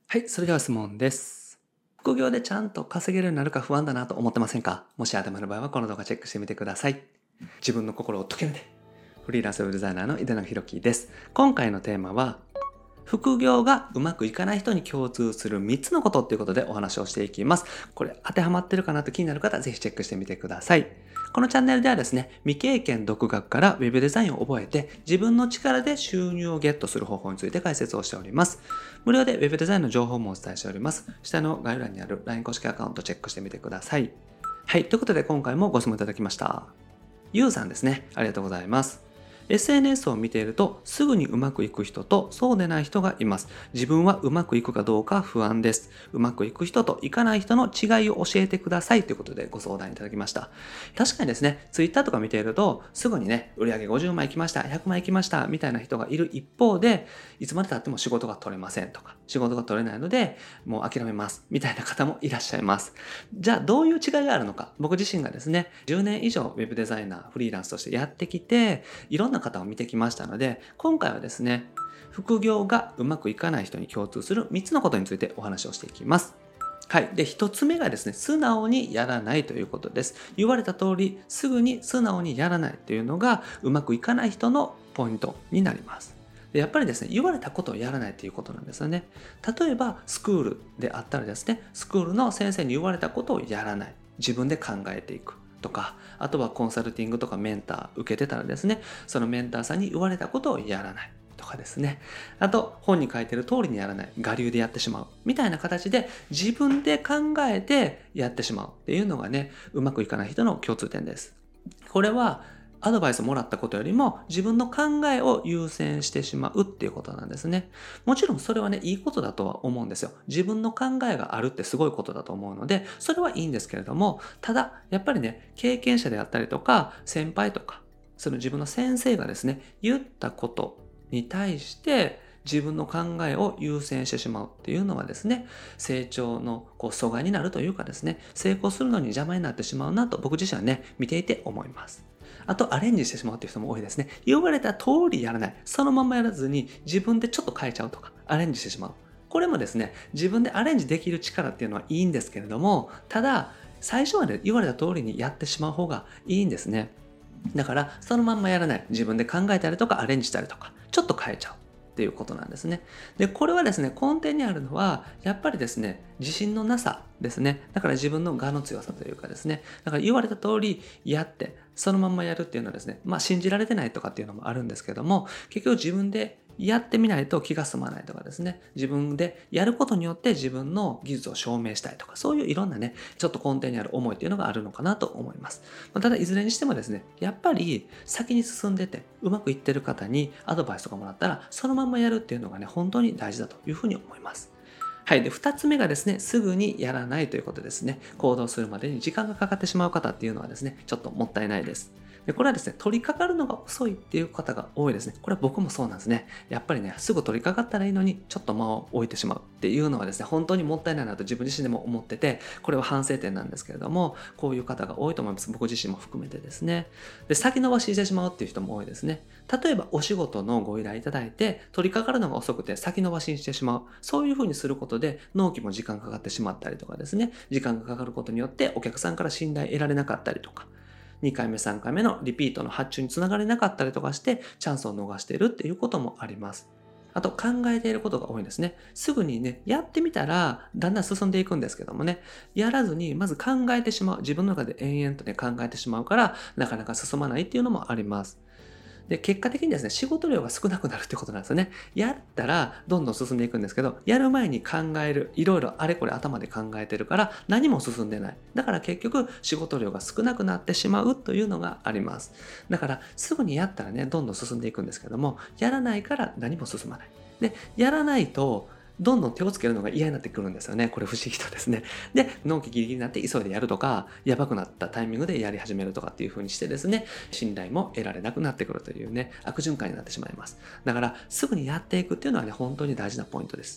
はい、それでは質問です。副業でちゃんと稼げるようになるか不安だなと思ってませんか？もし頭の場合はこの動画チェックしてみてください。自分の心を解けるね。フリーランスウェブデザイナーの井出永弘樹です。今回のテーマは、副業がうまくいかない人に共通する3つのことっていうことでお話をしていきます。これ当てはまってるかなと気になる方はぜひチェックしてみてください。このチャンネルではですね、未経験独学からウェブデザインを覚えて自分の力で収入をゲットする方法について解説をしております。無料でウェブデザインの情報もお伝えしております。下の概要欄にある LINE 公式アカウントチェックしてみてください。はい、ということで今回もご質問いただきました。ゆうさんですね。ありがとうございます。SNS を見ているとすぐにうまくいく人とそうでない人がいます。自分はうまくいくかどうか不安です。うまくいく人といかない人の違いを教えてくださいということでご相談いただきました。確かにですね、Twitter とか見ているとすぐにね、売上50万いきました、100万いきましたみたいな人がいる一方で、いつまで経っても仕事が取れませんとか、仕事が取れないのでもう諦めますみたいな方もいらっしゃいます。じゃあどういう違いがあるのか、僕自身がですね、10年以上ウェブデザイナー、フリーランスとしてやってきて、いろんな方を見てきましたので、今回はですね、副業がうまくいかない人に共通する3つのことについてお話をしていきます。はい。で、1つ目がですね、素直にやらないということです。言われた通り、すぐに素直にやらないというのが、うまくいかない人のポイントになります。でやっぱりですね、言われたことをやらないということなんですよね。例えば、スクールであったらですね、スクールの先生に言われたことをやらない。自分で考えていく。とか、あとはコンサルティングとかメンター受けてたらですね、そのメンターさんに言われたことをやらない。とかですね。あと、本に書いてる通りにやらない。我流でやってしまう。みたいな形で自分で考えてやってしまうっていうのがね、うまくいかない人の共通点です。これは、アドバイスをもらったことよりも自分の考えを優先してしまうっていうことなんですね。もちろんそれはね、いいことだとは思うんですよ。自分の考えがあるってすごいことだと思うので、それはいいんですけれども、ただ、やっぱりね、経験者であったりとか、先輩とか、その自分の先生がですね、言ったことに対して自分の考えを優先してしまうっていうのはですね、成長の阻害になるというかですね、成功するのに邪魔になってしまうなと僕自身はね、見ていて思います。あと、アレンジしてしまうっていう人も多いですね。言われた通りやらない。そのままやらずに自分でちょっと変えちゃうとか、アレンジしてしまう。これもですね、自分でアレンジできる力っていうのはいいんですけれども、ただ、最初はね、言われた通りにやってしまう方がいいんですね。だから、そのまんまやらない。自分で考えたりとか、アレンジしたりとか、ちょっと変えちゃう。っていうことなんですね。で、これはですね、根底にあるのは、やっぱりですね、自信のなさですね。だから自分の我の強さというかですね、だから言われた通りやって、そのまんまやるっていうのはですね、信じられてないとかっていうのもあるんですけども、結局自分でやってみないと気が済まないとかですね、自分でやることによって自分の技術を証明したいとか、そういういろんなね、ちょっと根底にある思いっていうのがあるのかなと思います。ただいずれにしてもですね、やっぱり先に進んでてうまくいってる方にアドバイスとかもらったら、そのまんまやるっていうのがね、本当に大事だというふうに思います。はい。で、二つ目がですね、すぐにやらないということですね。行動するまでに時間がかかってしまう方っていうのはですね、ちょっともったいないです。で、これはですね、取り掛かるのが遅いっていう方が多いですね。これは僕もそうなんですね。やっぱりね、すぐ取り掛かったらいいのに、ちょっと間を置いてしまうっていうのはですね、本当にもったいないなと自分自身でも思ってて、これは反省点なんですけれども、こういう方が多いと思います。僕自身も含めてですね。で、先延ばししてしまうっていう人も多いですね。例えば、お仕事のご依頼いただいて、取り掛かるのが遅くて先延ばしにしてしまう。そういうふうにすることで、納期も時間かかってしまったりとかですね、時間がかかることによってお客さんから信頼得られなかったりとか、2回目3回目のリピートの発注につながれなかったりとかしてチャンスを逃しているっていうこともあります。あと考えていることが多いんですね。すぐにね、やってみたらだんだん進んでいくんですけどもね、やらずにまず考えてしまう。自分の中で延々とね考えてしまうからなかなか進まないっていうのもあります。で、結果的にですね、仕事量が少なくなるってことなんですよね。やったらどんどん進んでいくんですけど、やる前に考える、いろいろあれこれ頭で考えてるから何も進んでない。だから結局仕事量が少なくなってしまうというのがあります。だからすぐにやったらね、どんどん進んでいくんですけども、やらないから何も進まない。で、やらないとどんどん手をつけるのが嫌になってくるんですよね。これ不思議とですね。で、納期ギリギリになって急いでやるとか、やばくなったタイミングでやり始めるとかっていう風にしてですね、信頼も得られなくなってくるというね、悪循環になってしまいます。だから、すぐにやっていくっていうのはね、本当に大事なポイントです。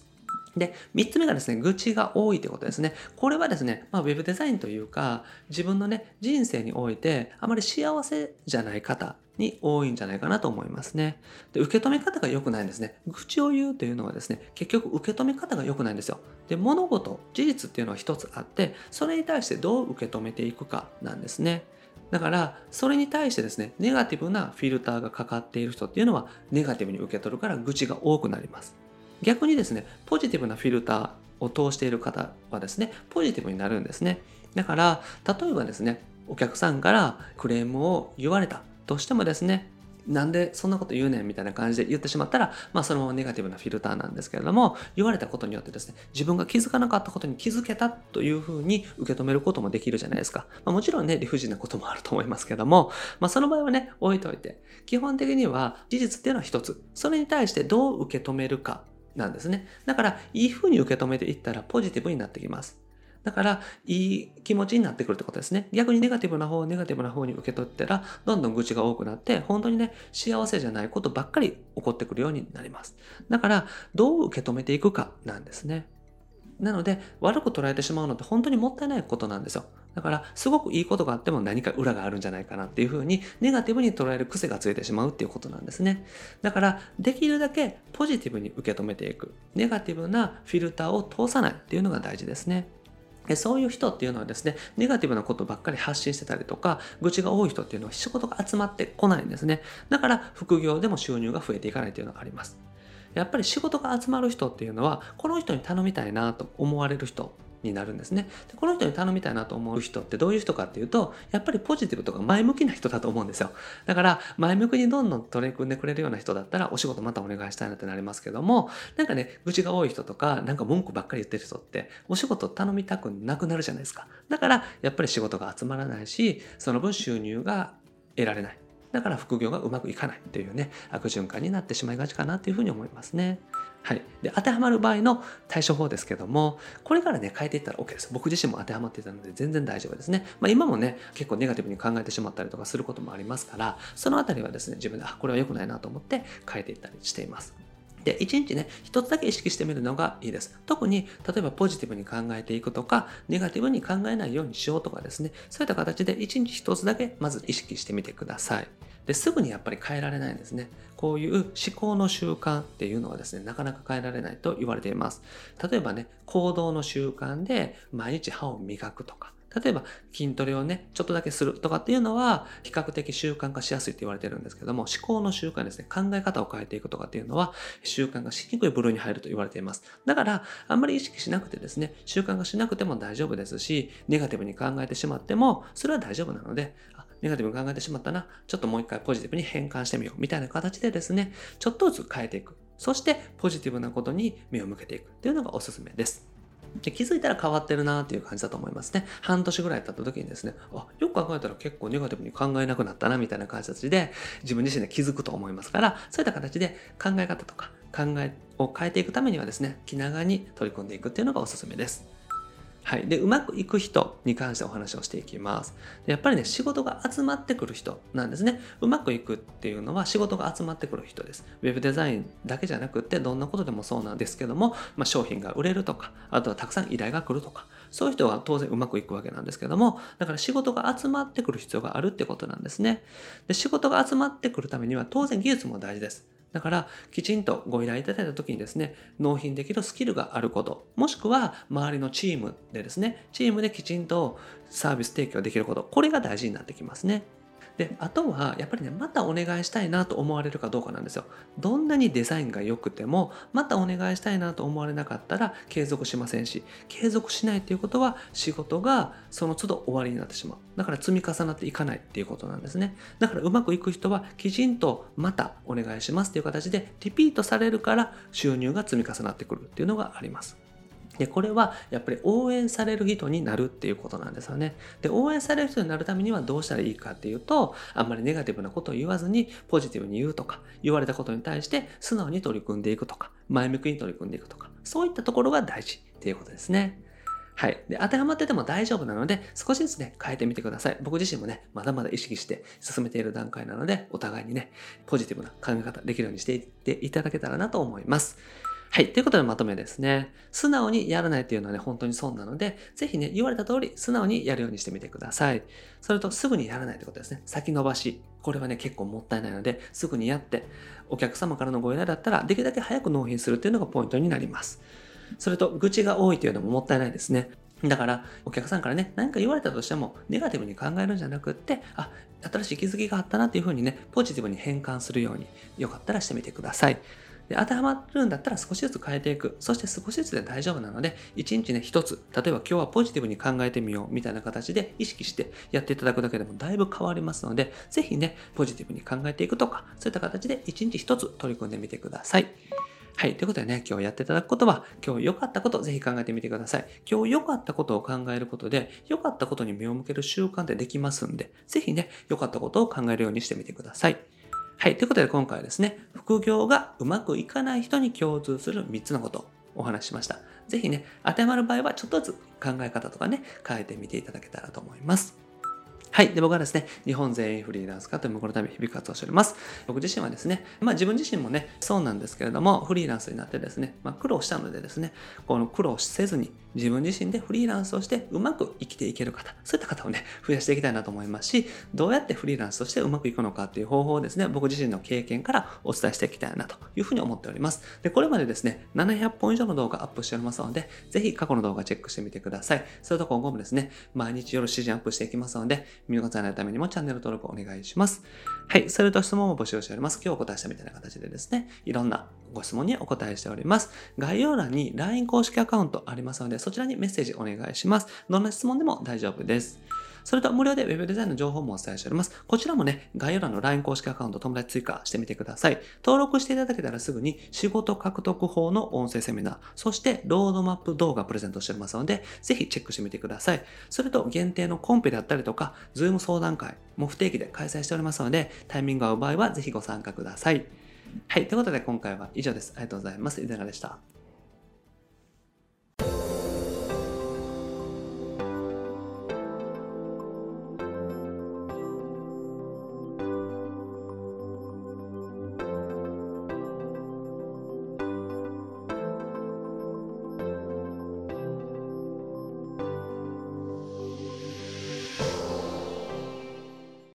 で、3つ目がですね、愚痴が多いということですね。これはですね、ウェブデザインというか、自分のね、人生において、あまり幸せじゃない方に多いんじゃないかなと思いますね。で、受け止め方が良くないんですね。愚痴を言うというのはですね、結局受け止め方が良くないんですよ。で、物事、事実っていうのは一つあって、それに対してどう受け止めていくかなんですね。だから、それに対してですね、ネガティブなフィルターがかかっている人っていうのは、ネガティブに受け取るから愚痴が多くなります。逆にですね、ポジティブなフィルターを通している方はですね、ポジティブになるんですね。だから、例えばですね、お客さんからクレームを言われたとしてもですね、なんでそんなこと言うねんみたいな感じで言ってしまったら、そのままネガティブなフィルターなんですけれども、言われたことによってですね、自分が気づかなかったことに気づけたというふうに受け止めることもできるじゃないですか。もちろんね、理不尽なこともあると思いますけども、その場合はね、置いといて、基本的には事実っていうのは一つ、それに対してどう受け止めるかなんですね。だから、いい風に受け止めていったらポジティブになってきます。だから、いい気持ちになってくるってことですね。逆にネガティブな方に受け取ったら、どんどん愚痴が多くなって、本当にね、幸せじゃないことばっかり起こってくるようになります。だから、どう受け止めていくかなんですね。なので、悪く捉えてしまうのって本当にもったいないことなんですよ。だから、すごくいいことがあっても何か裏があるんじゃないかなっていうふうに、ネガティブに捉える癖がついてしまうっていうことなんですね。だから、できるだけポジティブに受け止めていく。ネガティブなフィルターを通さないっていうのが大事ですね。そういう人っていうのはですね、ネガティブなことばっかり発信してたりとか、愚痴が多い人っていうのは仕事が集まってこないんですね。だから、副業でも収入が増えていかないというのがあります。やっぱり仕事が集まる人っていうのは、この人に頼みたいなと思われる人になるんですね。でこの人に頼みたいなと思う人ってどういう人かっていうと、やっぱりポジティブとか前向きな人だと思うんですよ。だから、前向きにどんどん取り組んでくれるような人だったら、お仕事またお願いしたいなってなりますけども、なんかね、愚痴が多い人とか、なんか文句ばっかり言ってる人って、お仕事頼みたくなくなるじゃないですか。だから、やっぱり仕事が集まらないし、その分収入が得られない。だから副業がうまくいかないっていうね、悪循環になってしまいがちかなっていうふうに思いますね。はい。で、当てはまる場合の対処法ですけども、これからね、変えていったら OK です。僕自身も当てはまっていたので全然大丈夫ですね。今もね、結構ネガティブに考えてしまったりとかすることもありますから、そのあたりはですね、自分で、これは良くないなと思って変えていったりしています。で、一日ね、一つだけ意識してみるのがいいです。特に、例えばポジティブに考えていくとか、ネガティブに考えないようにしようとかですね、そういった形で一日一つだけまず意識してみてください。で、すぐにやっぱり変えられないんですね。こういう思考の習慣っていうのはですね、なかなか変えられないと言われています。例えばね、行動の習慣で毎日歯を磨くとか、例えば筋トレをね、ちょっとだけするとかっていうのは比較的習慣化しやすいって言われてるんですけども、思考の習慣ですね、考え方を変えていくとかっていうのは習慣化しにくい部類に入ると言われています。だから、あんまり意識しなくてですね、習慣化しなくても大丈夫ですし、ネガティブに考えてしまっても、それは大丈夫なので、ネガティブに考えてしまったな、ちょっともう一回ポジティブに変換してみようみたいな形でですね、ちょっとずつ変えていく。そしてポジティブなことに目を向けていくっていうのがおすすめです。で気づいたら変わってるなっていう感じだと思いますね。半年ぐらい経った時にですね、よく考えたら結構ネガティブに考えなくなったなみたいな形で自分自身で気づくと思いますから、そういった形で考え方とか考えを変えていくためにはですね、気長に取り組んでいくっていうのがおすすめです。はい。で、うまくいく人に関してお話をしていきます。でやっぱりね、仕事が集まってくる人なんですね。うまくいくっていうのは仕事が集まってくる人です。ウェブデザインだけじゃなくって、どんなことでもそうなんですけども、商品が売れるとか、あとはたくさん依頼が来るとか、そういう人は当然うまくいくわけなんですけども、だから仕事が集まってくる必要があるってことなんですね。で、仕事が集まってくるためには当然技術も大事です。だから、きちんとご依頼いただいた時にですね、納品できるスキルがあること、もしくは周りのチームでですね、チームできちんとサービス提供できること、これが大事になってきますね。で、あとは、やっぱりね、またお願いしたいなと思われるかどうかなんですよ。どんなにデザインが良くても、またお願いしたいなと思われなかったら継続しませんし、継続しないっていうことは仕事がその都度終わりになってしまう。だから積み重なっていかないっていうことなんですね。だからうまくいく人はきちんとまたお願いしますっていう形でリピートされるから収入が積み重なってくるっていうのがあります。で、これはやっぱり応援される人になるっていうことなんですよね。で、応援される人になるためにはどうしたらいいかっていうと、あんまりネガティブなことを言わずにポジティブに言うとか、言われたことに対して素直に取り組んでいくとか、前向きに取り組んでいくとか、そういったところが大事っていうことですね。はい。で、当てはまってても大丈夫なので、少しずつね、変えてみてください。僕自身もね、まだまだ意識して進めている段階なので、お互いにね、ポジティブな考え方できるようにしていっていただけたらなと思います。 はい。ということでまとめですね。素直にやらないっていうのはね、本当に損なので、ぜひね、言われた通り素直にやるようにしてみてください。それと、すぐにやらないってことですね。先延ばし。これはね、結構もったいないので、すぐにやって、お客様からのご依頼だったら、できるだけ早く納品するっていうのがポイントになります。それと、愚痴が多いというのももったいないですね。だから、お客さんからね、何か言われたとしても、ネガティブに考えるんじゃなくって、あ、新しい気づきがあったなっていうふうにね、ポジティブに変換するように、よかったらしてみてください。で、当てはまるんだったら少しずつ変えていく。そして少しずつで大丈夫なので、1日ね、1つ、例えば今日はポジティブに考えてみようみたいな形で意識してやっていただくだけでもだいぶ変わりますので、ぜひね、ポジティブに考えていくとか、そういった形で1日1つ取り組んでみてください。はい。ということでね、今日やっていただくことは、今日良かったこと、ぜひ考えてみてください。今日良かったことを考えることで、良かったことに目を向ける習慣ってできますんで、ぜひね、良かったことを考えるようにしてみてください。はい。ということで今回はですね、副業がうまくいかない人に共通する3つのことをお話ししました。ぜひね、当てはまる場合はちょっとずつ考え方とかね、変えてみていただけたらと思います。はい。で、僕はですね、日本全員フリーランス化という向こうのために日々活動しております。僕自身はですね、自分自身もね、そうなんですけれども、フリーランスになってですね、苦労したのでですね、この苦労せずに自分自身でフリーランスをしてうまく生きていける方、そういった方をね、増やしていきたいなと思いますし、どうやってフリーランスとしてうまくいくのかっていう方法をですね、僕自身の経験からお伝えしていきたいなというふうに思っております。で、これまでですね、700本以上の動画アップしておりますので、ぜひ過去の動画チェックしてみてください。それと今後もですね、毎日夜7時アップしていきますので、見逃さないためにもチャンネル登録お願いします。はい。それと質問も募集しております。今日お答えしたみたいな形でですね、いろんなご質問にお答えしております。概要欄に LINE 公式アカウントありますので、そちらにメッセージお願いします。どんな質問でも大丈夫です。それと無料で Web デザインの情報もお伝えしております。こちらもね、概要欄の LINE 公式アカウント友達追加してみてください。登録していただけたらすぐに仕事獲得法の音声セミナー、そしてロードマップ動画プレゼントしておりますので、ぜひチェックしてみてください。それと限定のコンペであったりとか、Zoom 相談会も不定期で開催しておりますので、タイミングが合う場合はぜひご参加ください。はい。ということで今回は以上です。ありがとうございます。いかがでした？